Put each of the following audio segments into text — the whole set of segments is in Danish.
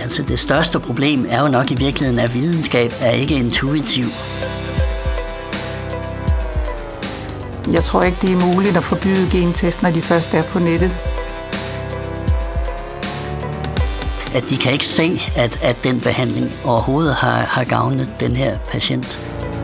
Altså det største problem er jo nok i virkeligheden, at videnskab er ikke intuitiv. Jeg tror ikke, det er muligt at forbyde gentest, når de først er på nettet. At de kan ikke se, at den behandling overhovedet har gavnet den her patient.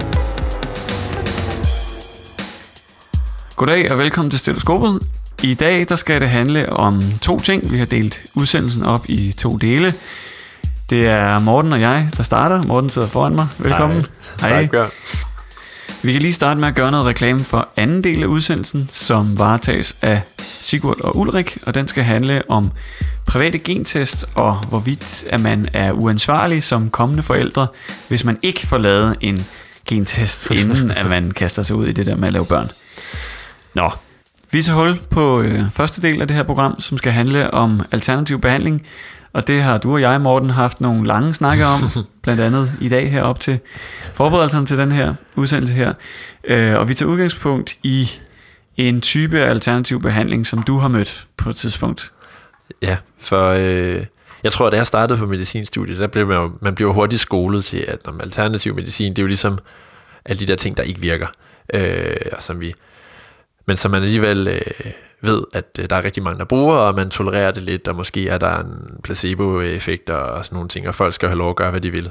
Goddag og velkommen til Stetoskopet. I dag der skal det handle om to ting. Vi har delt udsendelsen op i to dele. Det er Morten og jeg, der starter. Morten sidder foran mig. Velkommen. Hej. Tak, Bjørn. Vi kan lige starte med at gøre noget reklame for anden del af udsendelsen, som varetages af Sigurd og Ulrik, og den skal handle om private gentest og hvorvidt at man er uansvarlig som kommende forældre, hvis man ikke får lavet en gentest, inden at man kaster sig ud i det der med at lave børn. Nå, vi tager hul på første del af det her program, som skal handle om alternativ behandling, og det har du og jeg, Morten, haft nogle lange snakke om, blandt andet i dag herop til forberedelserne til den her udsendelse her. Og vi tager udgangspunkt i en type af alternativ behandling, som du har mødt på et tidspunkt. Ja, for jeg tror, da jeg startede på medicinstudiet, der blev man bliver hurtigt skolet til, at alternativ medicin, det er jo ligesom alle de der ting, der ikke virker, men som man alligevel ved, at der er rigtig mange, der bruger, og man tolererer det lidt, og måske er der en placebo-effekt og sådan nogle ting, og folk skal have lov at gøre, hvad de vil.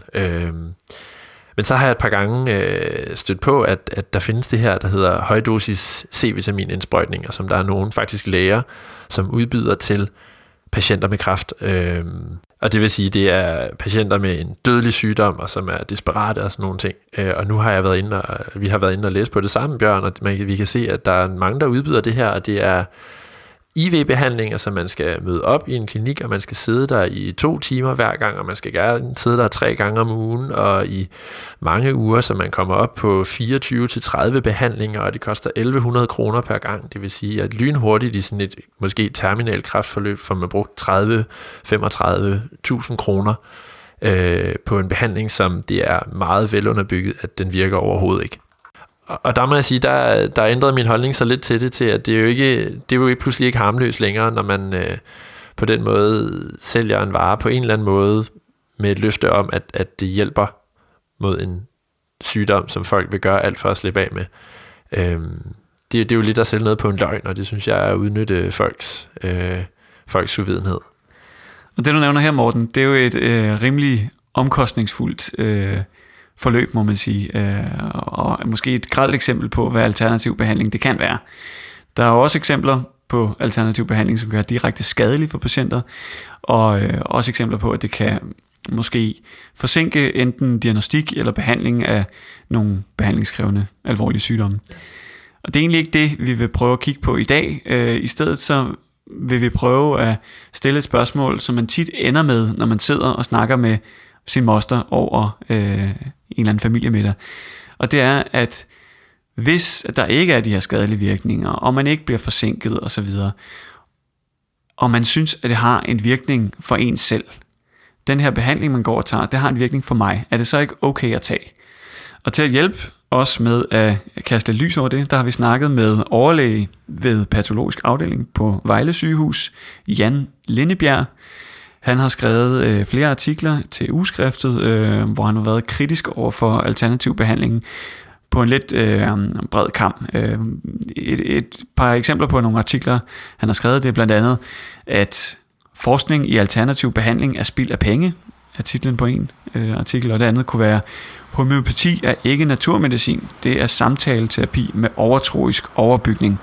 Men så har jeg et par gange stødt på, at der findes det her, der hedder højdosis C-vitaminindsprøjtninger, som der er nogen faktisk læger, som udbyder til patienter med kræft. Og det vil sige, det er patienter med en dødelig sygdom, og som er desperate og sådan nogle ting. Og nu har jeg været inde, og vi har været inde og læse på det samme, Bjørn, og vi kan se, at der er mange, der udbyder det her, og det er IV-behandling, altså man skal møde op i en klinik, og man skal sidde der i 2 timer hver gang, og man skal gerne sidde der 3 gange om ugen, og i mange uger, så man kommer op på 24-30 behandlinger, og det koster 1.100 kroner per gang. Det vil sige, at lynhurtigt i sådan et måske terminal kræftforløb, får man brugt 30-35.000 kroner på en behandling, som det er meget velunderbygget, at den virker overhovedet ikke. Og der må jeg sige, der ændrede min holdning så lidt til det, til at det er jo pludselig ikke harmløst længere, når man på den måde sælger en vare på en eller anden måde med et løfte om, at det hjælper mod en sygdom, som folk vil gøre alt for at slippe af med. Det er jo lidt at sælge noget på en løgn, og det synes jeg er at udnytte folks uvidenhed. Og det du nævner her, Morten, det er jo et rimelig omkostningsfuldt forløb, må man sige, og måske et grelt eksempel på, hvad alternativ behandling det kan være. Der er også eksempler på alternativ behandling, som kan være direkte skadelig for patienter, og også eksempler på, at det kan måske forsinke enten diagnostik eller behandling af nogle behandlingskrævende alvorlige sygdomme. Og det er egentlig ikke det, vi vil prøve at kigge på i dag. I stedet så vil vi prøve at stille et spørgsmål, som man tit ender med, når man sidder og snakker med sin moster over en eller anden familiemiddag. Og det er, at hvis der ikke er de her skadelige virkninger, og man ikke bliver forsinket osv., og man synes, at det har en virkning for en selv, den her behandling, man går og tager, det har en virkning for mig, er det så ikke okay at tage? Og til at hjælpe os med at kaste lys over det, der har vi snakket med overlæge ved patologisk afdeling på Vejle Sygehus, Jan Lindebjerg. Han har skrevet flere artikler til Ugeskriftet, hvor han har været kritisk over for alternativ behandling på en lidt bred kam. Et par eksempler på nogle artikler, han har skrevet, det er blandt andet, at forskning i alternativ behandling er spild af penge, er titlen på en artikel, og det andet kunne være, homøopati er ikke naturmedicin, det er samtaleterapi med overtroisk overbygning.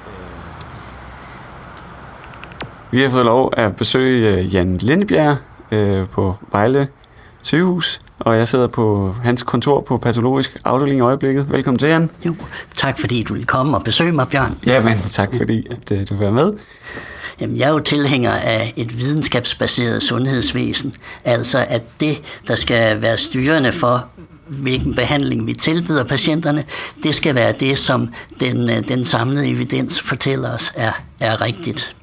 Vi har fået lov at besøge Jan Lindebjerg på Vejle Sygehus, og jeg sidder på hans kontor på patologisk afdeling i øjeblikket. Velkommen til, Jan. Jo, tak fordi du vil komme og besøge mig, Bjørn. Jamen, tak fordi at du vil være med. Jamen, jeg er jo tilhænger af et videnskabsbaseret sundhedsvæsen, altså at det, der skal være styrende for, hvilken behandling vi tilbyder patienterne, det skal være det, som den samlede evidens fortæller os er rigtigt.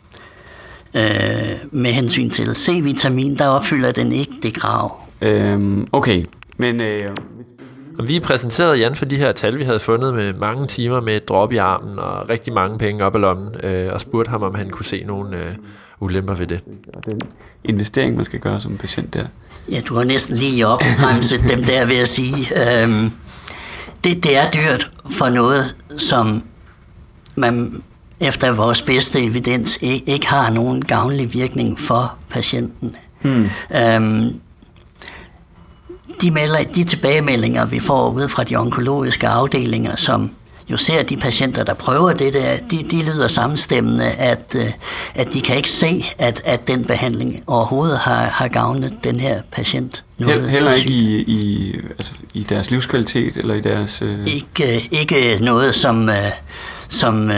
Med hensyn til C-vitamin, der opfylder den ikke det krav. Okay, men Og vi præsenterede Jan for de her tal, vi havde fundet med mange timer med et drop i armen og rigtig mange penge op i lommen, og spurgte ham, om han kunne se nogle ulemper ved det. Den investering, man skal gøre som patient der. Ja, du har næsten lige opremset dem der, vil jeg sige. Det er dyrt for noget, som man efter vores bedste evidens ikke har nogen gavnlig virkning for patienten. De tilbagemeldinger, vi får ud fra de onkologiske afdelinger, som jo ser de patienter, der prøver det der, de lyder sammenstemmende, at de kan ikke se, at den behandling overhovedet har gavnet den her patient. Heller ikke i deres livskvalitet, eller i deres... Ikke noget, som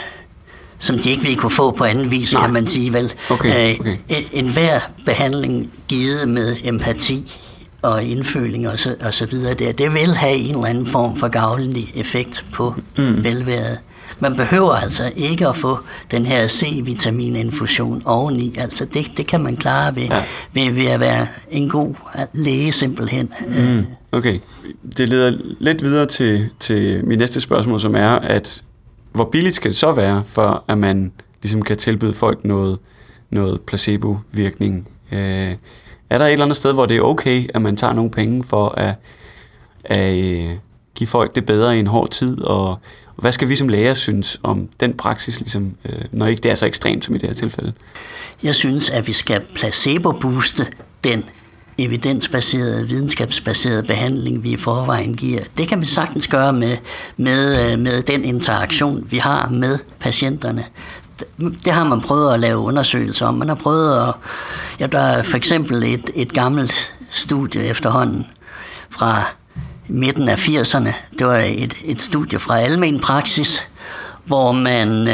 de ikke ville kunne få på anden vis, kan man sige vel. Okay. Enhver behandling givet med empati og indføling og så videre det vil have en eller anden form for gavnlig effekt på velværet. Man behøver altså ikke at få den her C-vitamininfusion oveni. Altså det kan man klare ved at være en god læge simpelthen. Okay. Det leder lidt videre til min næste spørgsmål, som er, at hvor billigt skal det så være, for at man ligesom kan tilbyde folk noget placebo-virkning? Er der et eller andet sted, hvor det er okay, at man tager nogle penge for at give folk det bedre i en hård tid? Og hvad skal vi som læger synes om den praksis, ligesom, når ikke det er så ekstremt som i det her tilfælde? Jeg synes, at vi skal placebo-booste den evidensbaserede, videnskabsbaserede behandling, vi i forvejen giver. Det kan vi sagtens gøre med den interaktion, vi har med patienterne. Det har man prøvet at lave undersøgelser om. Man har prøvet der er for eksempel et gammelt studie efterhånden fra midten af 80'erne. Det var et studie fra almen praksis, hvor man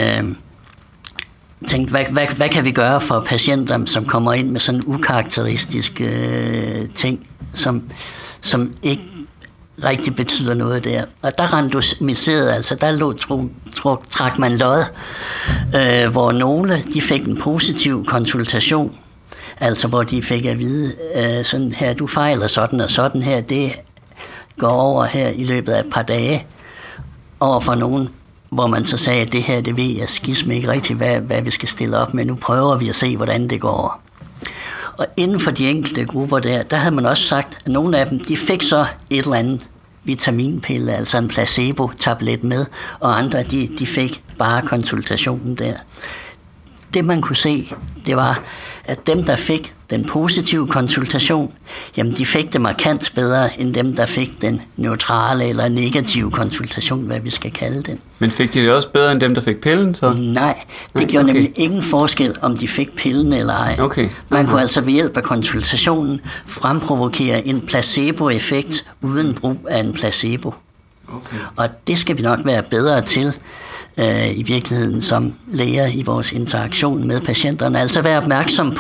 tænkte, hvad kan vi gøre for patienter, som kommer ind med sådan ukarakteristiske ting, som ikke rigtig betyder noget der. Og der randomiserede, altså der trak man lod, hvor nogle, de fik en positiv konsultation, altså hvor de fik at vide, sådan her, du fejler sådan og sådan her, det går over her i løbet af et par dage, over for nogen, hvor man så sagde, at det her, det ved jeg skisme ikke rigtigt, hvad vi skal stille op med. Nu prøver vi at se, hvordan det går. Og inden for de enkelte grupper der havde man også sagt, at nogle af dem, de fik så et eller andet vitaminpille, altså en placebo-tablet med, og andre, de fik bare konsultationen der. Det man kunne se, det var, at dem, der fik den positive konsultation, jamen de fik det markant bedre, end dem, der fik den neutrale eller negative konsultation, hvad vi skal kalde den. Men fik de det også bedre, end dem, der fik pillen så? Nej, det gjorde nemlig ingen forskel, om de fik pillen eller ej. Okay. Man kunne altså ved hjælp af konsultationen fremprovokere en placebo-effekt uden brug af en placebo. Okay. Og det skal vi nok være bedre til i virkeligheden som læger i vores interaktion med patienterne. Altså være opmærksom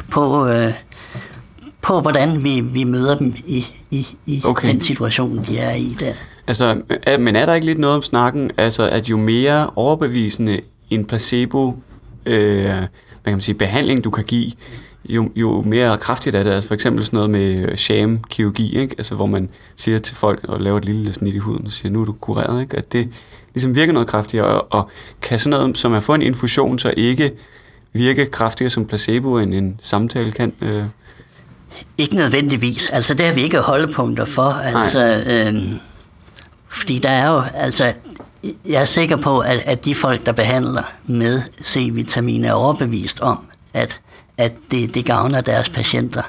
på hvordan vi møder dem i den situation, de er i der. Altså, men er der ikke lidt noget om snakken, altså at jo mere overbevisende en placebo hvad kan man sige, behandling du kan give, jo mere kraftigt er det. Altså for eksempel sådan noget med sham-kirurgi, ikke? Altså hvor man siger til folk og laver et lille snit i huden og siger, nu er du kureret, ikke? At det ligesom virker noget kraftigere, og kan sådan noget som at få en infusion så ikke virke kraftigere som placebo, end en samtale kan? Ikke nødvendigvis. Altså det har vi ikke holdepunkter for. Altså, fordi der er jo, altså jeg er sikker på, at de folk, der behandler med C-vitamin, er overbevist om, at det gavner deres patienter.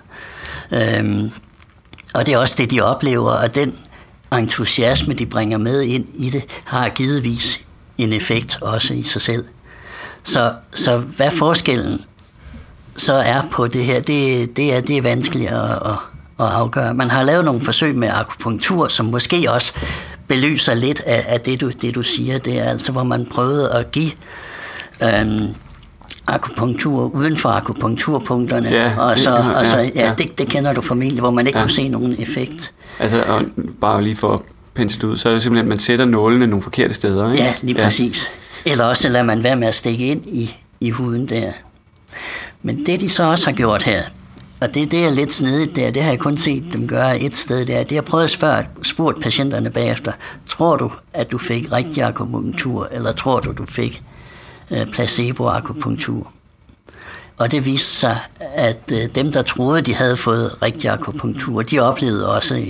Og det er også det, de oplever, og den entusiasme, de bringer med ind i det, har givetvis en effekt også i sig selv. Så hvad forskellen så er på det her, det er vanskeligt at afgøre. Man har lavet nogle forsøg med akupunktur, som måske også belyser lidt af det du siger. Det er altså, hvor man prøvede at give akupunktur uden for akupunkturpunkterne, det kender du formentlig, hvor man ikke kunne se nogen effekt. Altså, og bare lige for at pensle ud, så er det simpelthen, at man sætter nålene nogle forkerte steder, ikke? Ja, lige præcis. Eller også lader man være med at stikke ind i huden der. Men det, de så også har gjort her, Og det er lidt snedigt der, det har jeg kun set dem gøre et sted der. Det har jeg prøvet at spurgt patienterne bagefter, tror du, at du fik rigtig akupunktur, eller tror du fik placebo-akupunktur? Og det viste sig, at dem, der troede, de havde fået rigtig akupunktur, de oplevede også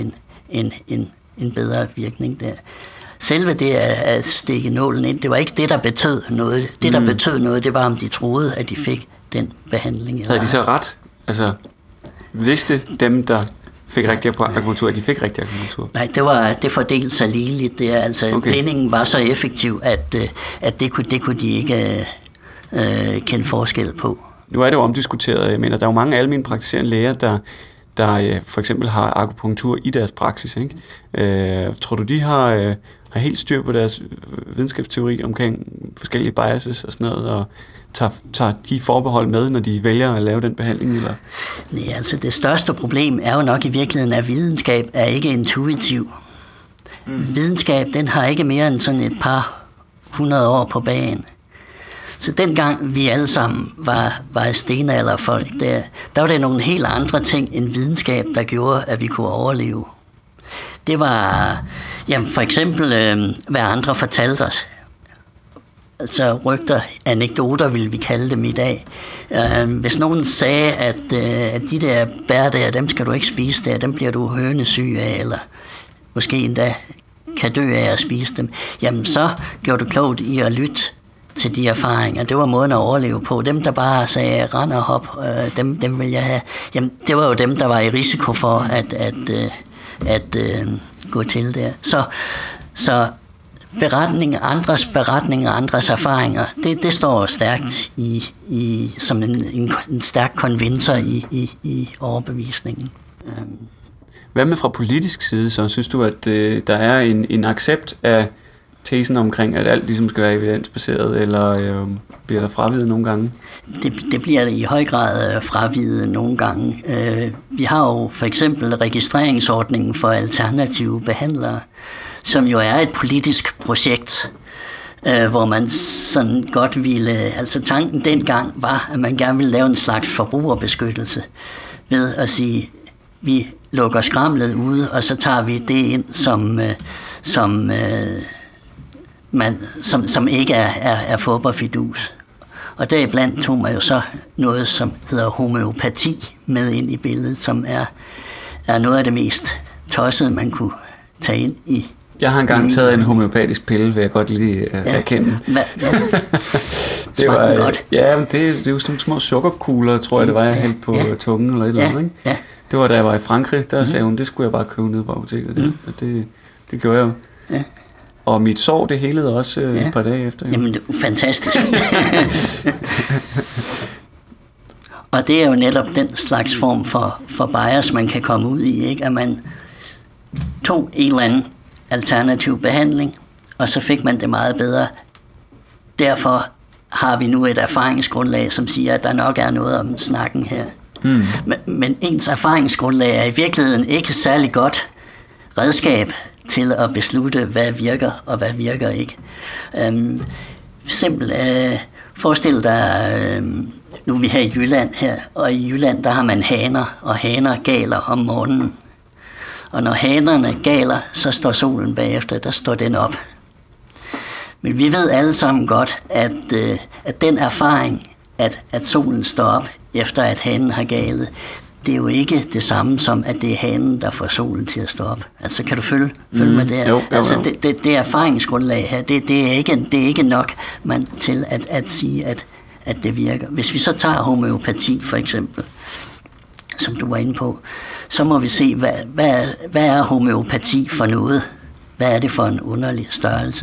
en bedre virkning der. Selve det at stikke nålen ind, det var ikke det, der betød noget. Det, der betød noget, det var, om de troede, at de fik den behandling. Havde de så ret? Altså, vidste dem, der fik rigtig akupunktur, at de fik rigtig akupunktur? Nej, det fordelte sig ligeligt. Det er, altså, blindingen var så effektiv, at det kunne de ikke kende forskel på. Nu er det jo omdiskuteret. Jeg mener, der er jo mange almene praktiserende læger, der for eksempel har akupunktur i deres praksis. Ikke? Tror du, de har helt styr på deres videnskabsteori omkring forskellige biases og sådan noget, og tager de forbehold med, når de vælger at lave den behandling? Eller? Nej, altså det største problem er jo nok i virkeligheden, at videnskab er ikke intuitiv. Videnskab, den har ikke mere end sådan et par 100 år på bagen. Så dengang vi alle sammen var stenalderfolk, der var det nogle helt andre ting end videnskab, der gjorde, at vi kunne overleve. Det var for eksempel, hvad andre fortalte os. Altså rygter, anekdoter vil vi kalde dem i dag. Hvis nogen sagde, at de der bær der, dem skal du ikke spise der, dem bliver du hønesyg af, eller måske endda kan dø af at spise dem, jamen så gjorde du klogt i at lytte til de erfaringer. Det var måden at overleve på. Dem, der bare sagde, rend og hop, dem vil jeg have. Jamen, det var jo dem, der var i risiko for at gå til der. Så andres beretninger, andres erfaringer, det står stærkt som en stærk konvintor i overbevisningen. Hvad med fra politisk side, så synes du, at der er en accept af tesen omkring, at alt ligesom skal være evidensbaseret, eller bliver der fraviget nogle gange? Det bliver i høj grad fraviget nogle gange. Vi har jo for eksempel registreringsordningen for alternative behandlere, som jo er et politisk projekt, hvor man sådan godt ville, altså tanken dengang var, at man gerne ville lave en slags forbrugerbeskyttelse ved at sige, vi lukker skramlet ude, og så tager vi det ind, som ikke er fodboldfidus. Og deriblandt tog man jo så noget, som hedder homøopati med ind i billedet, som er noget af det mest tossede, man kunne tage ind i. Jeg har engang taget en homøopatisk pille, vil jeg godt lige erkende. Det var godt. Ja, det er jo sådan nogle små sukkerkugler, tror jeg, det var, jeg hældte på tungen eller et eller andet. Ikke? Ja. Det var da jeg var i Frankrig, der sagde hun, det skulle jeg bare købe nede på apoteket. Det gjorde jeg jo. Ja. Og mit sår, det helede også et par dage efter. Jamen, det er fantastisk. Og det er jo netop den slags form for bias, man kan komme ud i, ikke? At man tog en eller anden alternativ behandling, og så fik man det meget bedre. Derfor har vi nu et erfaringsgrundlag, som siger, at der nok er noget om snakken her. Men ens erfaringsgrundlag er i virkeligheden ikke særlig godt redskab til at beslutte, hvad virker og hvad virker ikke. Forestil dig, nu er vi her i Jylland her, og i Jylland der har man haner, og haner galer om morgenen. Og når hanerne galer, så står solen bagefter, der står den op. Men vi ved alle sammen godt, at den erfaring, at solen står op efter at hanen har galet, det er jo ikke det samme som, at det er hanen, der får solen til at stå op. Altså, kan du følge med det? Jo. Altså, det erfaringsgrundlag her, det er ikke nok til at sige, at det virker. Hvis vi så tager homøopati for eksempel, som du var inde på, så må vi se, hvad er homøopati for noget? Hvad er det for en underlig størrelse?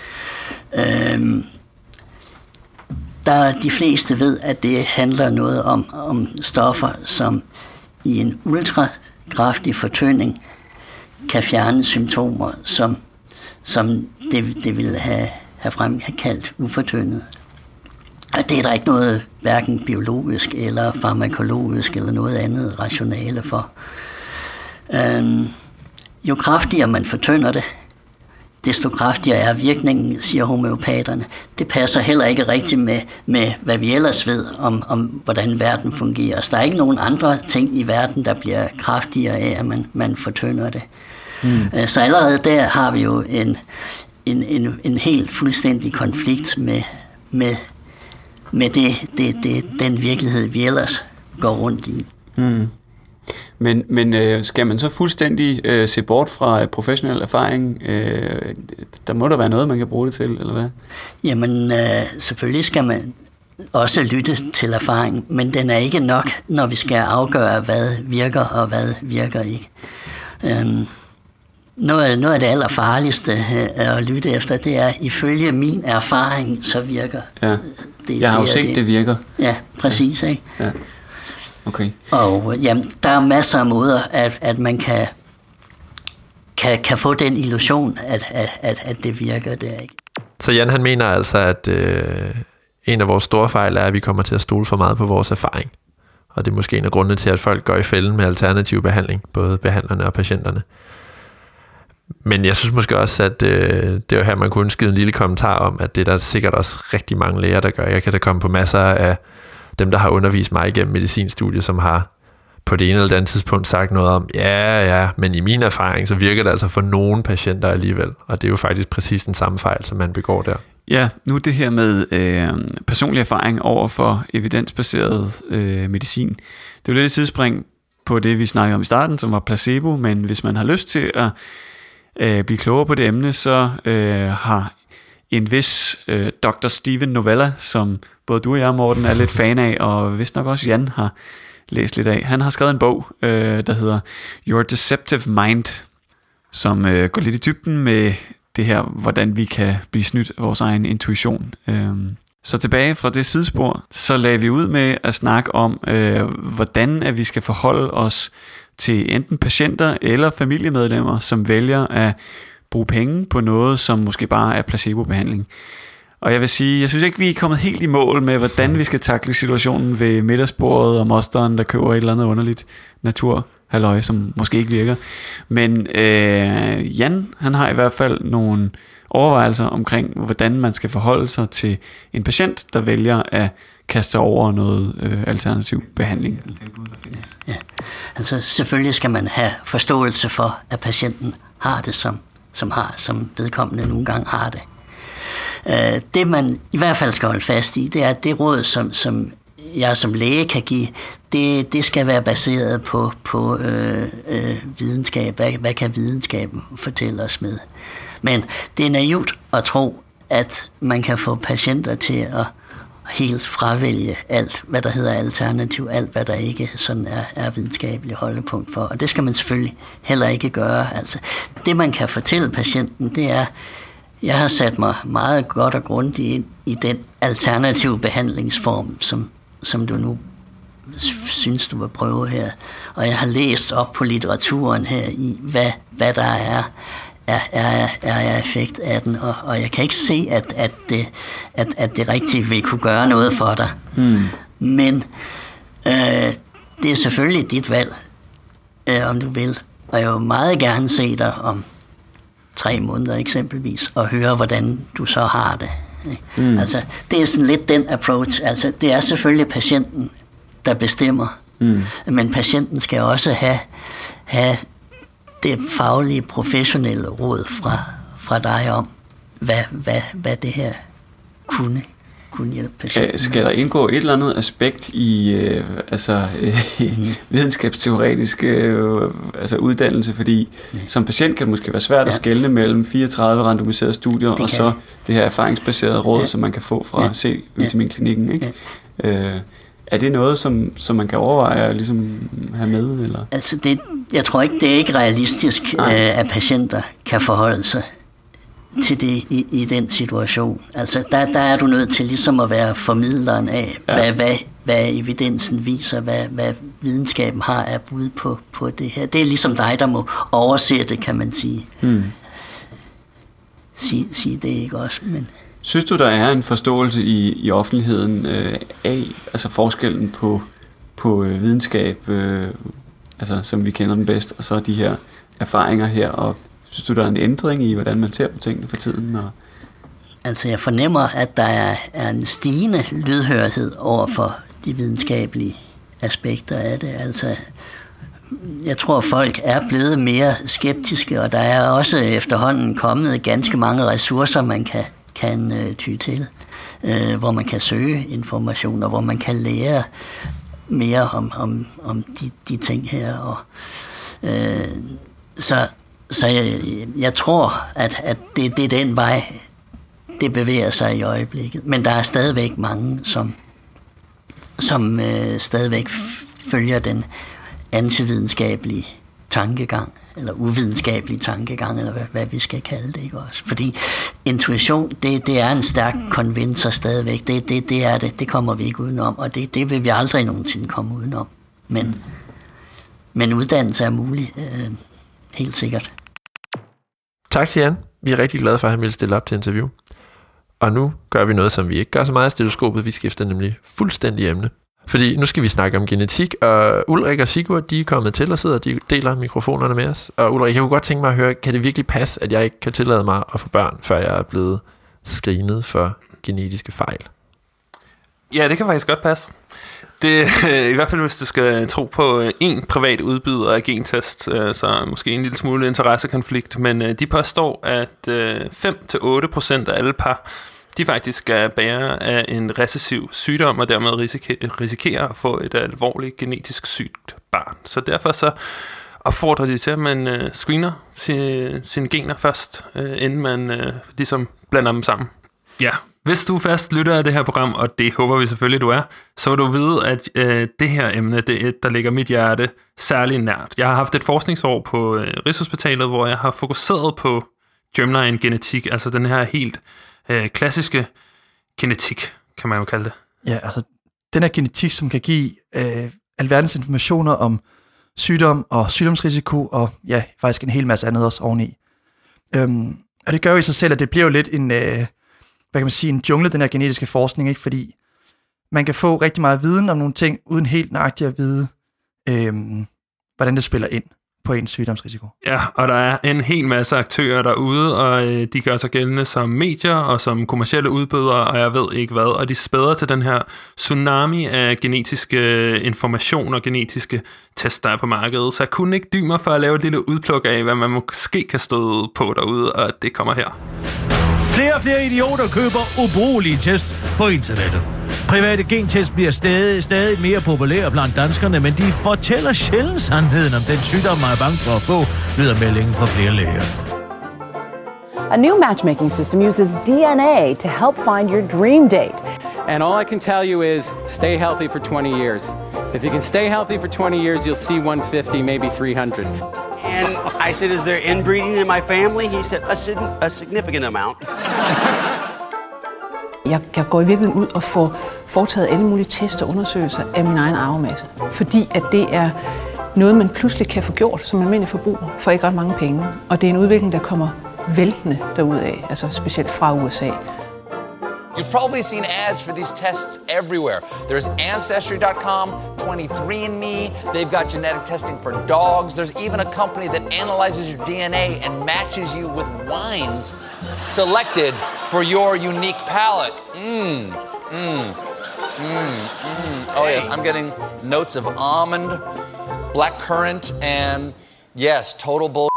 De fleste ved, at det handler noget om stoffer, som i en ultrakraftig fortynding kan fjerne symptomer, som det ville have fremkaldt ufortyndet. Og det er der ikke noget hverken biologisk eller farmakologisk eller noget andet rationale for. Jo kraftigere man fortynder det, desto kraftigere er virkningen, siger homøopaterne. Det passer heller ikke rigtigt med hvad vi ellers ved om hvordan verden fungerer. Så der er ikke nogen andre ting i verden, der bliver kraftigere af, at man fortynder det. Så allerede der har vi jo en helt fuldstændig konflikt med den virkelighed, vi ellers går rundt i. Men skal man så fuldstændig se bort fra professionel erfaring? Der må der være noget, man kan bruge det til, eller hvad? Jamen, selvfølgelig skal man også lytte til erfaring, men den er ikke nok, når vi skal afgøre, hvad virker og hvad virker ikke. Noget af det allerfarligste at lytte efter, det er, ifølge min erfaring, så virker det. Jeg har jo set, det virker. Ja, præcis, ikke? Ja. Okay. Og jamen, der er masser af måder, at man kan få den illusion, at det virker der, ikke? Så Jan, han mener altså, at en af vores store fejl er, at vi kommer til at stole for meget på vores erfaring. Og det er måske en af grundene til, at folk går i fælden med alternativ behandling, både behandlerne og patienterne. Men jeg synes måske også, at det er jo her, man kunne ønske en lille kommentar om, at det er der sikkert også rigtig mange læger, der gør. Jeg kan da komme på masser af dem, der har undervist mig igennem medicinstudiet, som har på det ene eller det andet tidspunkt sagt noget om, ja, men i min erfaring, så virker det altså for nogle patienter alligevel. Og det er jo faktisk præcis den samme fejl, som man begår der. Ja, nu det her med personlig erfaring over for evidensbaseret medicin. Det er jo lidt et tidsspring på det, vi snakkede om i starten, som var placebo, men hvis man har lyst til at blive klogere på det emne, så har en vis Dr. Steven Novella, som både du og jeg, Morten, er lidt fan af, og vist nok også Jan har læst lidt af. Han har skrevet en bog, der hedder Your Deceptive Mind, som går lidt i dybden med det her, hvordan vi kan blive snydt af vores egen intuition. Så tilbage fra det sidespor, så lagde vi ud med at snakke om, hvordan at vi skal forholde os til enten patienter eller familiemedlemmer, som vælger at bruge penge på noget, som måske bare er placebobehandling. Og jeg vil sige, jeg synes ikke, vi er kommet helt i mål med, hvordan vi skal takle situationen ved middagsbordet og mosteren, der køber et eller andet underligt naturhalløj, som måske ikke virker. Men Jan, han har i hvert fald nogle overvejelser omkring, hvordan man skal forholde sig til en patient, der vælger at kaste sig over noget alternativ behandling. Ja, altså selvfølgelig skal man have forståelse for, at patienten har det, som vedkommende nogle gange har det. Det man i hvert fald skal holde fast i, det er, at det råd, som jeg som læge kan give, det skal være baseret på videnskab. Hvad kan videnskaben fortælle os med? Men det er naivt at tro, at man kan få patienter til at helt fravælge alt, hvad der hedder alternativ, alt hvad der ikke sådan er videnskabeligt holdepunkt for. Og det skal man selvfølgelig heller ikke gøre. Altså, det man kan fortælle patienten, det er, jeg har sat mig meget godt og grundigt ind i den alternative behandlingsform, som du nu synes, du vil prøve her. Og jeg har læst op på litteraturen her i, hvad der er effekt af den, og jeg kan ikke se, at det rigtigt vil kunne gøre noget for dig. Men det er selvfølgelig dit valg, om du vil, og jeg vil meget gerne se dig om 3 måneder eksempelvis, og høre, hvordan du så har det. Altså, det er sådan lidt den approach. Altså, det er selvfølgelig patienten, der bestemmer, men patienten skal også have det faglige, professionelle råd fra dig om, hvad det her kunne hjælpe patienten. Skal der indgå et eller andet aspekt i videnskabsteoretisk uddannelse, fordi som patient kan det måske være svært at skelne mellem 34 randomiserede studier og så det her erfaringsbaserede råd, som man kan få fra C-vitaminklinikken, ikke? Er det noget, som man kan overveje at ligesom have med? Eller? Altså jeg tror ikke, det er ikke realistisk, at patienter kan forholde sig til det i den situation. Altså der er du nødt til ligesom at være formidleren af, hvad evidensen viser, hvad videnskaben har af bud på det her. Det er ligesom dig, der må oversætte, kan man sige. Sige det ikke også, men... Synes du, der er en forståelse i offentligheden af altså forskellen på videnskab, som vi kender den bedst, og så de her erfaringer her, og Synes du, der er en ændring i, hvordan man ser på tingene for tiden? Og Altså, jeg fornemmer, at der er en stigende lydhørhed over for de videnskabelige aspekter af det. Altså, jeg tror, folk er blevet mere skeptiske, og der er også efterhånden kommet ganske mange ressourcer, man kan ty til, hvor man kan søge informationer, hvor man kan lære mere om de ting her. Og, så jeg tror, at det er den vej, det bevæger sig i øjeblikket. Men der er stadigvæk mange, som stadigvæk følger den antividenskabelige tankegang, eller uvidenskabelige tankegang, eller hvad vi skal kalde det, ikke også? Fordi intuition, det er en stærk konvinser stadigvæk. Det er det. Det kommer vi ikke udenom, og det vil vi aldrig nogensinde komme udenom. Men uddannelse er mulig, helt sikkert. Tak til Jan. Vi er rigtig glade for, at han ville stille op til interview. Og nu gør vi noget, som vi ikke gør så meget i Stetoskopet. Vi skifter nemlig fuldstændig emne. Fordi nu skal vi snakke om genetik, og Ulrik og Sigurd, de er kommet til og sidder, de deler mikrofonerne med os. Og Ulrik, jeg kunne godt tænke mig at høre, kan det virkelig passe, at jeg ikke kan tillade mig at få børn, før jeg er blevet screenet for genetiske fejl? Ja, det kan faktisk godt passe. Det, i hvert fald hvis du skal tro på en privat udbyder af gentest, så måske en lille smule interessekonflikt, men de påstår, at 5-8% af alle par, de faktisk er bærere af en recessiv sygdom, og dermed risikerer at få et alvorligt genetisk sygt barn. Så derfor så opfordrer de til, at man screener sine gener først, inden man ligesom blander dem sammen. Ja, hvis du fast lytter af det her program, og det håber vi selvfølgelig, du er, så vil du vide, at det her emne, det er et, der ligger mit hjerte særlig nært. Jeg har haft et forskningsår på Rigshospitalet, hvor jeg har fokuseret på germline genetik, altså den her helt klassiske genetik, kan man jo kalde det. Ja, altså den her genetik, som kan give alverdens informationer om sygdom og sygdomsrisiko, og ja, faktisk en hel masse andet også oveni. Og det gør jo i sig selv, at det bliver jo lidt en, hvad kan man sige, en jungle, den her genetiske forskning, ikke? Fordi man kan få rigtig meget viden om nogle ting, uden helt nøjagtigt at vide, hvordan det spiller ind på ens sygdomsrisiko. Ja, og der er en hel masse aktører derude, og de gør sig gældende som medier og som kommercielle udbydere, og jeg ved ikke hvad, og de spæder til den her tsunami af genetiske information og genetiske tests, der er på markedet. Så jeg kunne ikke dybe mig for at lave et lille udpluk af, hvad man måske kan støde på derude, og det kommer her. Flere og flere idioter køber ubrugelige tests på internettet. Private gentest bliver stadig mere populære blandt danskerne, men de fortæller sjældent sandheden om den sygdom, man er bange for at få, lyder meldingen fra flere læger. A new matchmaking system uses DNA to help find your dream date. And all I can tell you is stay healthy for 20 years. If you can stay healthy for 20 years, you'll see 150, maybe 300. And I said, is there inbreeding in my family? He said, a significant amount. Jeg går i virkeligheden ud og får foretaget alle mulige test og undersøgelser af min egen arvemasse. Fordi at det er noget, man pludselig kan få gjort som almindelig forbruger for ikke ret mange penge. Og det er en udvikling, der kommer væltende derudad, altså specielt fra USA. You've probably seen ads for these tests everywhere. There's Ancestry.com, 23andMe, they've got genetic testing for dogs. There's even a company that analyzes your DNA and matches you with wines selected for your unique palate. Oh yes, I'm getting notes of almond, blackcurrant, and yes, total bull.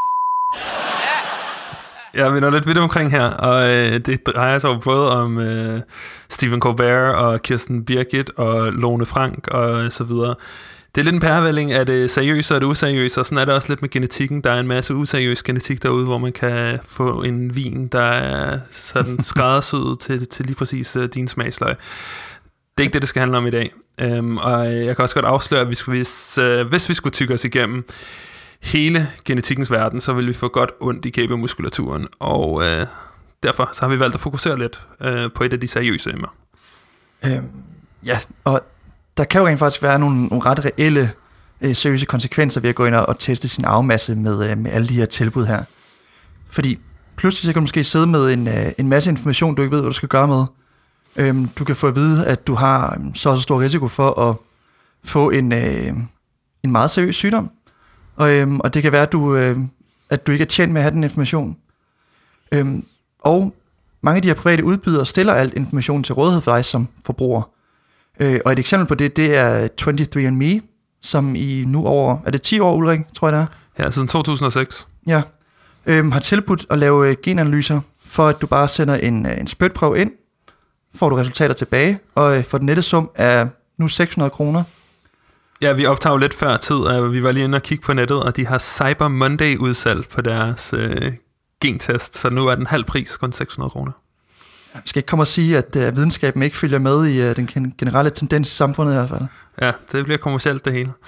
Ja, vi er lidt vidt omkring her, og det drejer sig jo både om Stephen Colbert og Kirsten Birgit og Lone Frank og så videre. Det er lidt en pærevælling af det seriøse og det useriøse, og sådan er det også lidt med genetikken. Der er en masse useriøs genetik derude, hvor man kan få en vin, der er sådan skræddersyet til lige præcis din smagsløg. Det er ikke det skal handle om i dag. Og jeg kan også godt afsløre, at hvis vi skulle tykke os igennem hele genetikkens verden, så vil vi få godt ondt i kæbemuskulaturen, og derfor så har vi valgt at fokusere lidt på et af de seriøse emner. Ja, og der kan jo rent faktisk være nogle ret reelle seriøse konsekvenser ved at gå ind og teste sin arvemasse med alle de her tilbud her. Fordi pludselig så kan du måske sidde med en masse information, du ikke ved, hvad du skal gøre med. Du kan få at vide, at du har så stor risiko for at få en meget seriøs sygdom. Og det kan være, at du at du ikke er tjent med at have den information. Og mange af de her private udbydere stiller alt information til rådighed for dig som forbruger. Og et eksempel på det er 23andMe, som i nu over, er det 10 år, Ulrik, tror jeg det er? Ja, siden 2006. Ja, har tilbudt at lave genanalyser, for at du bare sender en spytprøve ind, får du resultater tilbage, og for den nette sum er nu 600 kroner. Ja, vi optager lidt før tid, og vi var lige inde og kigge på nettet, og de har Cyber Monday udsalg på deres gentest, så nu er den halv pris, kun 600 kroner. Jeg skal ikke komme og sige, at videnskaben ikke følger med i den generelle tendens i samfundet i hvert fald. Ja, det bliver kommercielt det hele.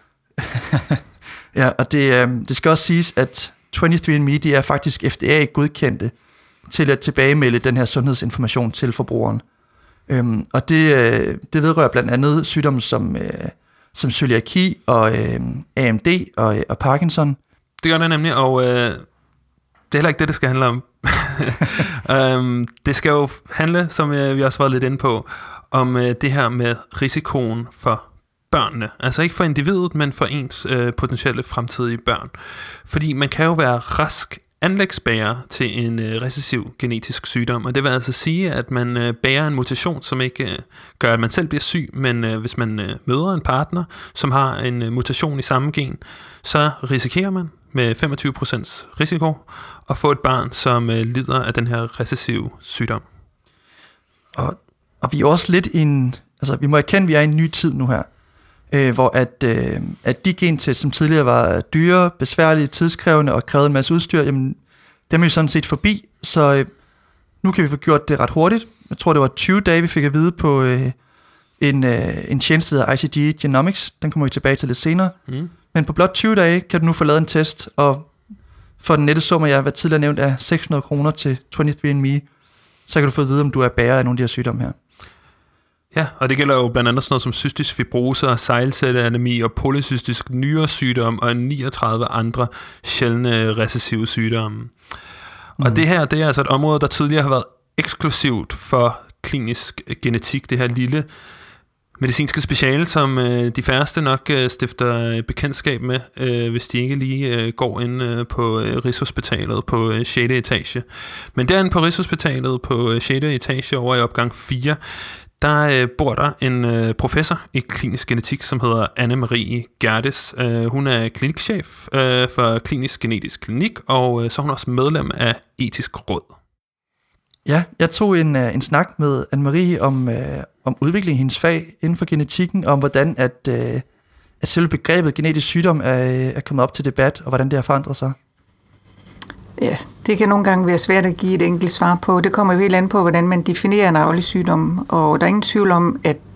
Ja, og det skal også siges, at 23andMe, de er faktisk FDA-godkendte til at tilbagemelde den her sundhedsinformation til forbrugeren. Og det vedrører blandt andet sygdomme som cøliaki og AMD og Parkinson. Det gør det nemlig, og det er heller ikke det skal handle om. Det skal jo handle, som vi også var lidt inde på, om det her med risikoen for børnene. Altså ikke for individet, men for ens potentielle fremtidige børn. Fordi man kan jo være rask anlægsbærer til en recessiv genetisk sygdom, og det vil altså sige, at man bærer en mutation, som ikke gør, at man selv bliver syg, men hvis man møder en partner, som har en mutation i samme gen, så risikerer man med 25% risiko at få et barn, som lider af den her recessive sygdom. Og vi er også lidt i en, altså vi må erkende, at vi er i en ny tid nu her, hvor at de gentest, som tidligere var dyre, besværlige, tidskrævende og krævede en masse udstyr, jamen, dem er vi sådan set forbi, så nu kan vi få gjort det ret hurtigt. Jeg tror, det var 20 dage, vi fik at vide på en tjeneste, der hedder ICG Genomics. Den kommer vi tilbage til lidt senere. Men på blot 20 dage kan du nu få lavet en test, og for den nette sum, jeg har tidligere nævnt, er 600 kroner til 23andMe, så kan du få at vide, om du er bærer af nogle af de her sygdomme her. Ja, og det gælder jo blandt andet sådan noget som cystisk fibrose og sejlcelleanemi og polycystisk nyresygdom og 39 andre sjældne recessive sygdomme. Og det her, det er altså et område, der tidligere har været eksklusivt for klinisk genetik, det her lille medicinske speciale, som de færreste nok stifter bekendtskab med, hvis de ikke lige går ind på Rigshospitalet på 6. etage. Men derinde på Rigshospitalet på 6. etage over i opgang 4, der bor der en professor i klinisk genetik, som hedder Anne-Marie Gerdes. Hun er klinikchef for Klinisk Genetisk Klinik, og så er hun også medlem af Etisk Råd. Ja, jeg tog en snak med Anne-Marie om udviklingen i hendes fag inden for genetikken, og om hvordan at selve begrebet genetisk sygdom er kommet op til debat, og hvordan det har forandret sig. Ja, det kan nogle gange være svært at give et enkelt svar på. Det kommer jo helt an på, hvordan man definerer en arvelig sygdom, og der er ingen tvivl om, at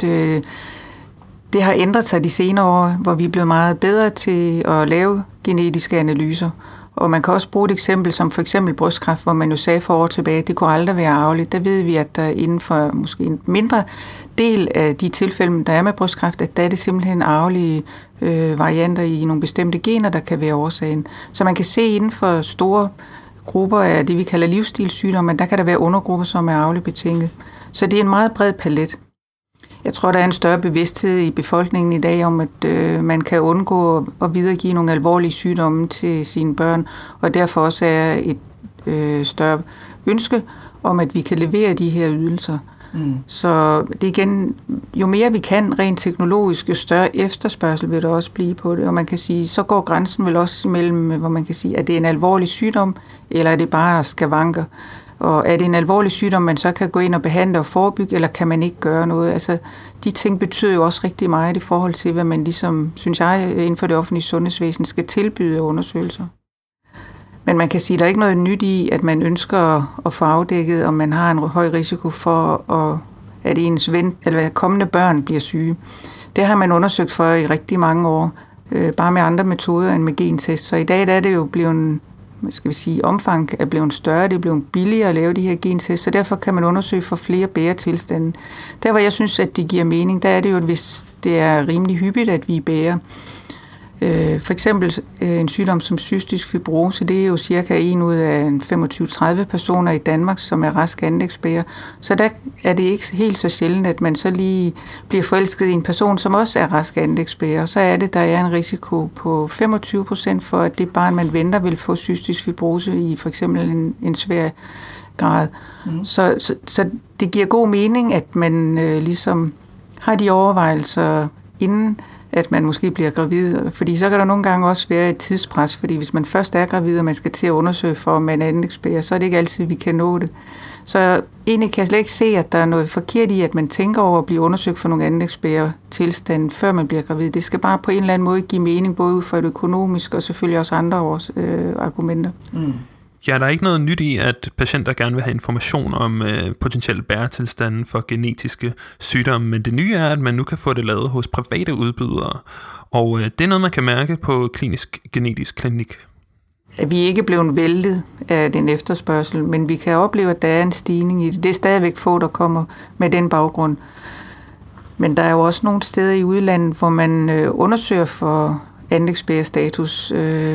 det har ændret sig de senere år, hvor vi er blevet meget bedre til at lave genetiske analyser. Og man kan også bruge et eksempel som for eksempel brystkræft, hvor man jo sagde for år tilbage, at det kunne aldrig være arveligt. Der ved vi, at der inden for måske en mindre del af de tilfælde, der er med brystkræft, at der er det simpelthen arvelige varianter i nogle bestemte gener, der kan være årsagen. Så man kan se inden for store grupper af det, vi kalder livsstilssygdomme, men der kan der være undergrupper, som er arveligt betinget. Så det er en meget bred palet. Jeg tror, der er en større bevidsthed i befolkningen i dag om, at man kan undgå at videregive nogle alvorlige sygdomme til sine børn, og derfor også er et større ønske om, at vi kan levere de her ydelser. Så det igen, jo mere vi kan rent teknologisk, jo større efterspørgsel vil der også blive på det, og man kan sige, så går grænsen vel også imellem, hvor man kan sige, at det er en alvorlig sygdom, eller er det bare skavanker? Og er det en alvorlig sygdom, man så kan gå ind og behandle og forebygge, eller kan man ikke gøre noget? Altså, de ting betyder jo også rigtig meget i forhold til, hvad man ligesom, synes jeg, inden for det offentlige sundhedsvæsen skal tilbyde være Men man kan sige, at der er ikke noget nyt i, at man ønsker at få afdækket, om man har en høj risiko for, at ens eller kommende børn bliver syge. Det har man undersøgt for i rigtig mange år, bare med andre metoder end med gentest. Så i dag er det jo blevet omfang er blevet større, det er blevet billigere at lave de her gentest, så derfor kan man undersøge for flere bæretilstande. Der hvor jeg synes, at det giver mening, der er det jo, at hvis det er rimelig hyppigt, at vi bærer, For eksempel en sygdom som cystisk fibrose, det er jo cirka 1 ud af 25-30 personer i Danmark, som er raske anlægsbærer. Så der er det ikke helt så sjældent, at man så lige bliver forelsket i en person, som også er rask anlægsbærer. Så er det, der er en risiko på 25% for, at det barn, man venter, vil få cystisk fibrose i for eksempel en svær grad. Så det giver god mening, at man ligesom har de overvejelser inden, at man måske bliver gravid, fordi så kan der nogle gange også være et tidspres, fordi hvis man først er gravid, og man skal til at undersøge for, om man er anlægsbærer, så er det ikke altid, vi kan nå det. Så egentlig kan jeg slet ikke se, at der er noget forkert i, at man tænker over at blive undersøgt for nogle anlægsbærer tilstand, før man bliver gravid. Det skal bare på en eller anden måde give mening, både ud fra det økonomiske og selvfølgelig også andre argumenter. Ja, der er ikke noget nyt i, at patienter gerne vil have information om potentielle bæretilstande for genetiske sygdomme, men det nye er, at man nu kan få det lavet hos private udbydere, og det er noget, man kan mærke på Klinisk Genetisk Klinik. Vi er ikke blevet væltet af den efterspørgsel, men vi kan opleve, at der er en stigning i det. Det er stadigvæk få, der kommer med den baggrund. Men der er jo også nogle steder i udlandet, hvor man undersøger for anlægsbærestatus,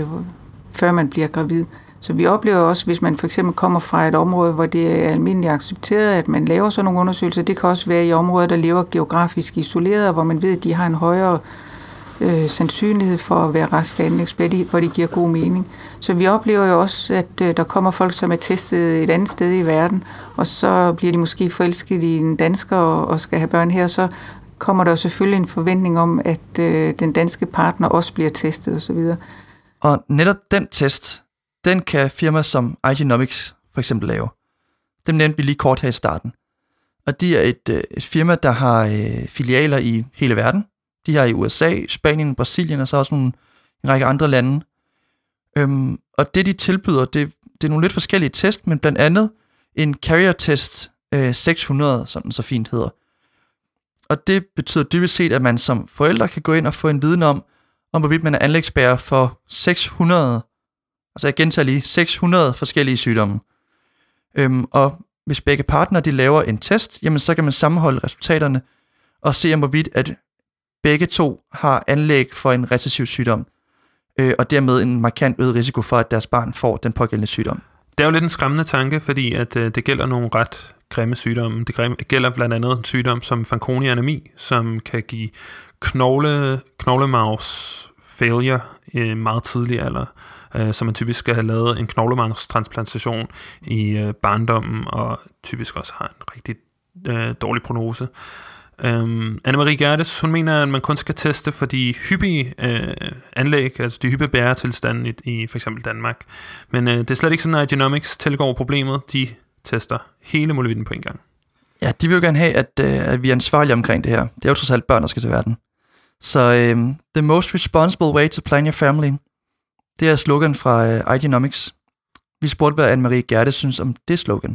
før man bliver gravid. Så vi oplever også, hvis man for eksempel kommer fra et område, hvor det er almindeligt accepteret, at man laver sådan nogle undersøgelser. Det kan også være i områder, der lever geografisk isoleret, hvor man ved, at de har en højere sandsynlighed for at være raske anlægsbærer, hvor det giver god mening. Så vi oplever jo også, at der kommer folk, som er testet et andet sted i verden, og så bliver de måske forelsket i en dansker og skal have børn her, så kommer der selvfølgelig en forventning om, at den danske partner også bliver testet osv. Og netop den test, den kan firmaer som iGenomics for eksempel lave. Dem nævnte vi lige kort her i starten. Og de er et firma, der har filialer i hele verden. De har i USA, Spanien, Brasilien og så også en række andre lande. Og det, de tilbyder, det er nogle lidt forskellige test, men blandt andet en carrier test 600, som den så fint hedder. Og det betyder dybest set, at man som forældre kan gå ind og få en viden om hvorvidt man er anlægsbærer for 600, altså jeg gentager lige, 600 forskellige sygdomme. Og hvis begge partnere de laver en test, jamen så kan man sammenholde resultaterne og se om hvorvidt, at begge to har anlæg for en recessiv sygdom, og dermed en markant øget risiko for, at deres barn får den pågældende sygdom. Det er jo lidt en skræmmende tanke, fordi at det gælder nogle ret grimme sygdomme. Det gælder blandt andet en sygdom som Fanconi-anemi, som kan give knoglemarvs failure i meget tidlig alder, så man typisk skal have lavet en knoglemarvstransplantation i barndommen, og typisk også har en rigtig dårlig prognose. Anne-Marie Gerdes, hun mener, at man kun skal teste for de hyppige anlæg, altså de hyppige bæretilstande i for eksempel Danmark. Men det er slet ikke sådan, at iGenomics tilgår problemet. De tester hele muligheden på en gang. Ja, de vil jo gerne have, at vi er ansvarlige omkring det her. Det er jo trods alt børn, der skal til verden. Så the most responsible way to plan your family, det er slogan fra iGenomics. Vi spurgte, hvad Anne-Marie Gerdes synes om det slogan.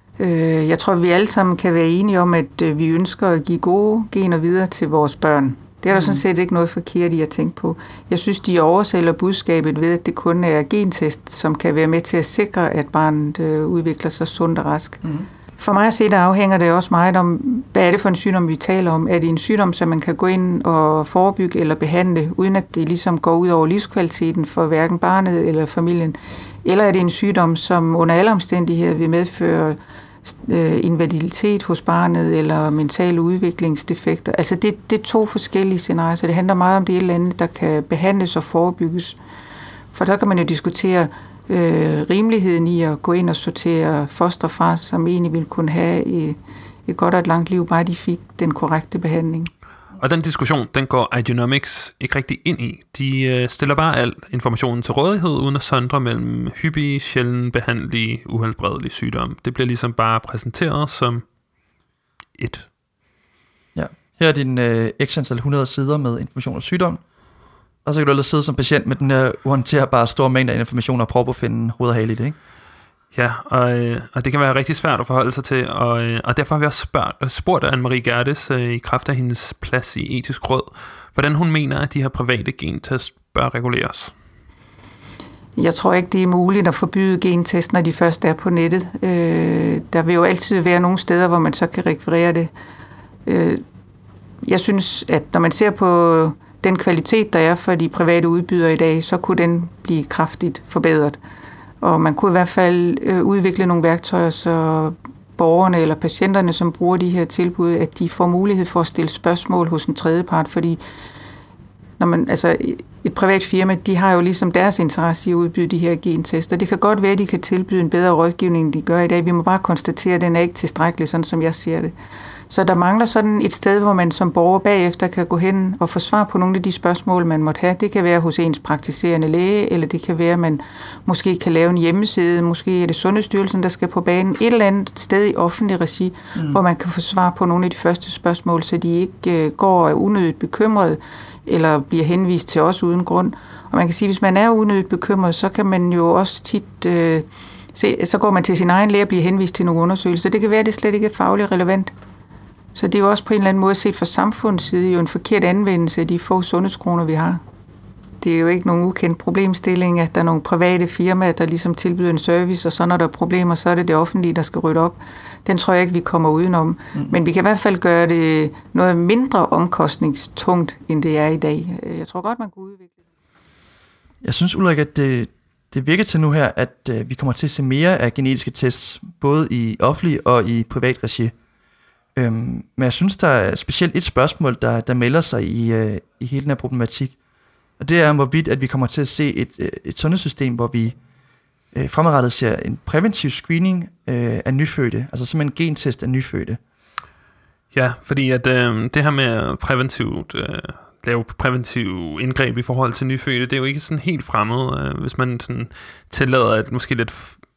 Jeg tror, vi alle sammen kan være enige om, at vi ønsker at give gode gener videre til vores børn. Det er der sådan set ikke noget forkert i at tænke på. Jeg synes, de oversælger budskabet ved, at det kun er gentest, som kan være med til at sikre, at barnet udvikler sig sundt og rask. For mig at se, der afhænger det også meget om, hvad er det for en sygdom, vi taler om. Er det en sygdom, som man kan gå ind og forebygge eller behandle, uden at det ligesom går ud over livskvaliteten for hverken barnet eller familien? Eller er det en sygdom, som under alle omstændigheder vil medføre invaliditet hos barnet eller mentale udviklingsdefekter? Altså det er to forskellige scenarier, så det handler meget om det eller andet, der kan behandles og forebygges. For der kan man jo diskutere rimeligheden i at gå ind og sortere foster fra, som egentlig ville kunne have et godt og et langt liv, bare de fik den korrekte behandling. Og den diskussion, den går iGenomics ikke rigtig ind i. De stiller bare al informationen til rådighed, uden at sondre mellem hyppige, sjældent behandlige, uhelbredelige sygdomme. Det bliver ligesom bare præsenteret som et. Ja, her er din x antal 100 sider med information om sygdom, og så kan du ellers sidde som patient med den her uhåndterbare store mængde af information og prøve at finde hoved og hale i det, ikke? Ja, og det kan være rigtig svært at forholde sig til, og derfor har vi også spurgt Anne-Marie Gerdes i kraft af hendes plads i etisk råd, hvordan hun mener, at de her private gentest bør reguleres. Jeg tror ikke, det er muligt at forbyde gentest, når de først er på nettet. Der vil jo altid være nogle steder, hvor man så kan rekvirere det. Jeg synes, at når man ser på den kvalitet, der er for de private udbydere i dag, så kunne den blive kraftigt forbedret. Og man kunne i hvert fald udvikle nogle værktøjer, så borgerne eller patienterne, som bruger de her tilbud, at de får mulighed for at stille spørgsmål hos en tredjepart, fordi når man, altså et privat firma, de har jo ligesom deres interesse i at udbyde de her gentester. Det kan godt være, at de kan tilbyde en bedre rådgivning, end de gør i dag. Vi må bare konstatere, at den er ikke tilstrækkelig, sådan som jeg ser det. Så der mangler sådan et sted, hvor man som borger bagefter kan gå hen og få svar på nogle af de spørgsmål, man måtte have. Det kan være hos ens praktiserende læge, eller det kan være, at man måske kan lave en hjemmeside. Måske er det Sundhedsstyrelsen, der skal på banen. Et eller andet sted i offentlig regi, hvor man kan få svar på nogle af de første spørgsmål, så de ikke går og er unødigt bekymrede, eller bliver henvist til os uden grund. Og man kan sige, at hvis man er unødigt bekymret, så kan man jo også tit så går man til sin egen læge og bliver henvist til nogle undersøgelser. Det kan være, at det slet ikke er fagligt relevant. Så det er jo også på en eller anden måde set fra samfundets side jo en forkert anvendelse af de få sundhedskroner, vi har. Det er jo ikke nogen ukendt problemstilling, at der er nogle private firmaer, der ligesom tilbyder en service, og så når der er problemer, så er det offentlige, der skal rydde op. Den tror jeg ikke, vi kommer udenom. Men vi kan i hvert fald gøre det noget mindre omkostningstungt, end det er i dag. Jeg tror godt, man kan udvikle det. Jeg synes, Ulrik, at det virker til nu her, at vi kommer til at se mere af genetiske tests, både i offentlig og i privat regi. Men jeg synes, der er specielt et spørgsmål, der melder sig i hele den her problematik. Og det er, hvorvidt at vi kommer til at se et sundhedssystem, hvor vi fremadrettet ser en præventiv screening af nyfødte, altså simpelthen en gentest af nyfødte. Ja, fordi at det her med lave præventiv indgreb i forhold til nyfødte, det er jo ikke sådan helt fremmed, hvis man sådan tillader et måske lidt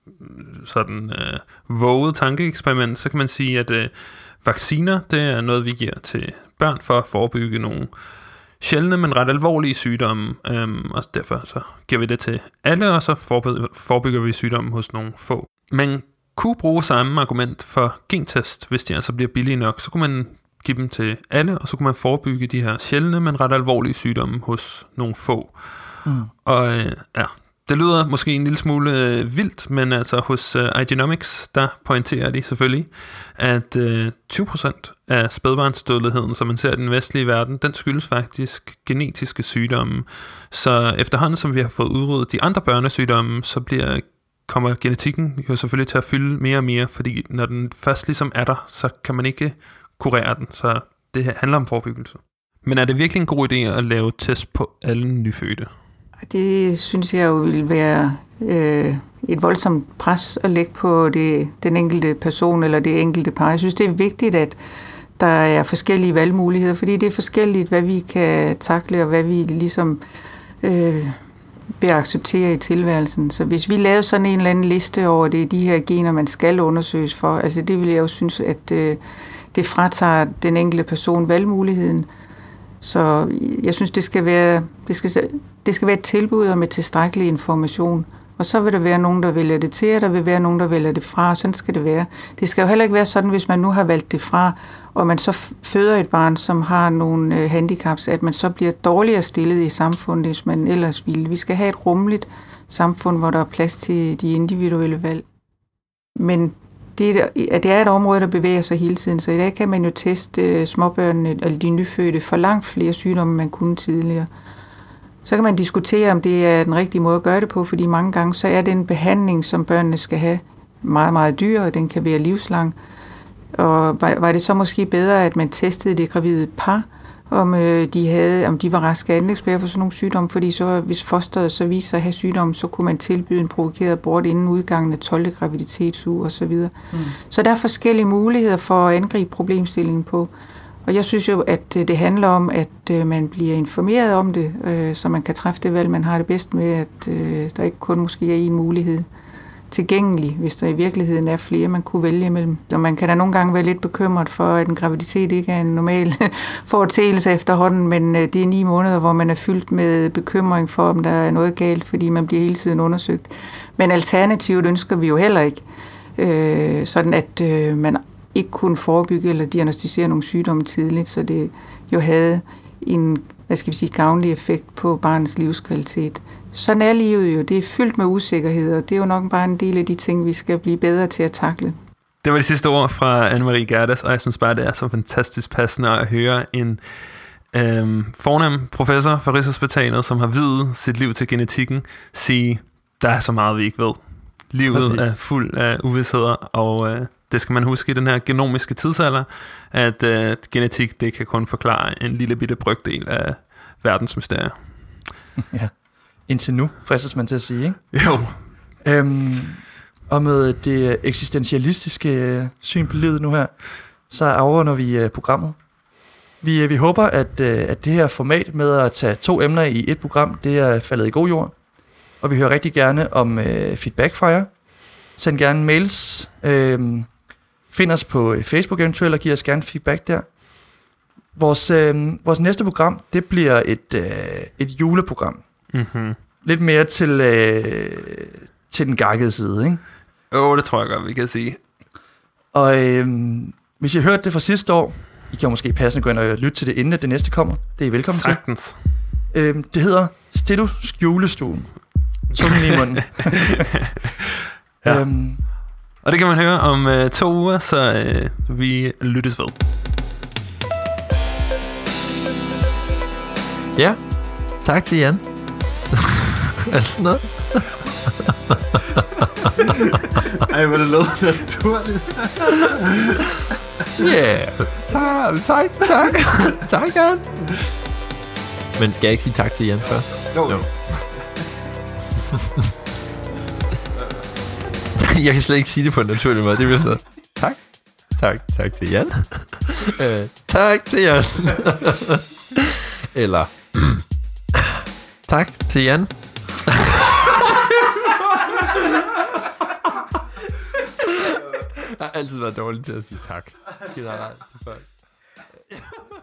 sådan våget tankeeksperiment, så kan man sige, at vacciner, det er noget, vi giver til børn for at forebygge nogle sjældne, men ret alvorlige sygdomme, og derfor så giver vi det til alle, og så forebygger vi sygdomme hos nogle få. Man kunne bruge samme argument for gentest, hvis de altså bliver billige nok, så kunne man give dem til alle, og så kunne man forebygge de her sjældne, men ret alvorlige sygdomme hos nogle få. Og ja, det lyder måske en lille smule vildt, men altså hos Igenomix, der pointerer de selvfølgelig, at 20% af spædbarnsdødeligheden, som man ser i den vestlige verden, den skyldes faktisk genetiske sygdomme. Så efterhånden, som vi har fået udryddet de andre børnesygdomme, så kommer genetikken jo selvfølgelig til at fylde mere og mere, fordi når den først ligesom er der, så kan man ikke kurere den, så det handler om forebyggelse. Men er det virkelig en god idé at lave test på alle nyfødte? Det synes jeg jo vil være et voldsomt pres at lægge på den enkelte person eller det enkelte par. Jeg synes, det er vigtigt, at der er forskellige valgmuligheder, fordi det er forskelligt, hvad vi kan takle og hvad vi ligesom vil acceptere i tilværelsen. Så hvis vi lavede sådan en eller anden liste over de her gener, man skal undersøges for, altså det vil jeg jo synes, at det fratager den enkelte person valgmuligheden. Så jeg synes, det skal være et tilbud og med tilstrækkelig information. Og så vil der være nogen, der vælger det til, og der vil være nogen, der vælger det fra, og sådan skal det være. Det skal jo heller ikke være sådan, hvis man nu har valgt det fra, og man så føder et barn, som har nogle handicaps, at man så bliver dårligere stillet i samfundet, hvis man ellers ville. Vi skal have et rummeligt samfund, hvor der er plads til de individuelle valg. Men det er et område, der bevæger sig hele tiden, så i dag kan man jo teste småbørnene eller de nyfødte for langt flere sygdomme, man kunne tidligere. Så kan man diskutere, om det er den rigtige måde at gøre det på, fordi mange gange så er den behandling, som børnene skal have, meget, meget dyr, og den kan være livslang. Og var det så måske bedre, at man testede det gravide par, om de var raske anlægsbærere for sådan nogle sygdomme, fordi så, hvis fosteret så viser sig at have sygdomme, så kunne man tilbyde en provokeret abort inden udgangen af 12. graviditetsuge osv. Så der er forskellige muligheder for at angribe problemstillingen på. Og jeg synes jo, at det handler om, at man bliver informeret om det, så man kan træffe det valg, man har det bedst med, at der ikke kun måske er en mulighed tilgængelig, hvis der i virkeligheden er flere, man kunne vælge imellem. Og man kan da nogle gange være lidt bekymret for, at en graviditet ikke er en normal foretagelse efterhånden, men det er 9 måneder, hvor man er fyldt med bekymring for, om der er noget galt, fordi man bliver hele tiden undersøgt. Men alternativt ønsker vi jo heller ikke, sådan at man ikke kunne forebygge eller diagnostisere nogle sygdomme tidligt, så det jo havde en, gavnlig effekt på barnets livskvalitet. Sådan er livet jo. Det er fyldt med usikkerhed, og det er jo nok bare en del af de ting, vi skal blive bedre til at takle. Det var de sidste ord fra Anne-Marie Gerdes, og jeg synes bare, det er så fantastisk passende at høre en fornem professor fra Rigshospitalet, som har viet sit liv til genetikken, sige, der er så meget, vi ikke ved. Livet er fuld af uvidsheder, og det skal man huske i den her genomiske tidsalder, at genetik, det kan kun forklare en lille bitte brøkdel af verdens mysterier. Ja, indtil nu, fristes man til at sige, ikke? Jo. Og med det eksistentialistiske syn på livet nu her, så afrunder vi programmet. Vi håber, at det her format med at tage 2 emner i et program, det er faldet i god jord. Og vi hører rigtig gerne om feedback fra jer. Send gerne mails. Find os på Facebook eventuelt, og giv os gerne feedback der. Vores næste program, det bliver et juleprogram. Mm-hmm. Lidt mere til den gakkede side, ikke? Det tror jeg godt, vi kan sige. Og hvis I har hørt det fra sidste år, I kan måske passende gå ind og lytte til det, inden det næste kommer. Det er I velkommen Sagtens. til. Det hedder Stilus julestuen. Tungen i munden. Ja. Og det kan man høre om 2 uger, så vi lyttes ved. Ja, tak til Jan. Altså noget. Ej, hvor det lød naturligt. Ja, tak, Jan. Men skal jeg ikke sige tak til Jan først? Jo. Jeg kan slet ikke sige det på en naturlig måde. Det bliver sådan noget. Tak til Jan. Tak til Jan. Eller tak til Jan. Jeg har altid været dårlig til at sige tak. Generelt til folk.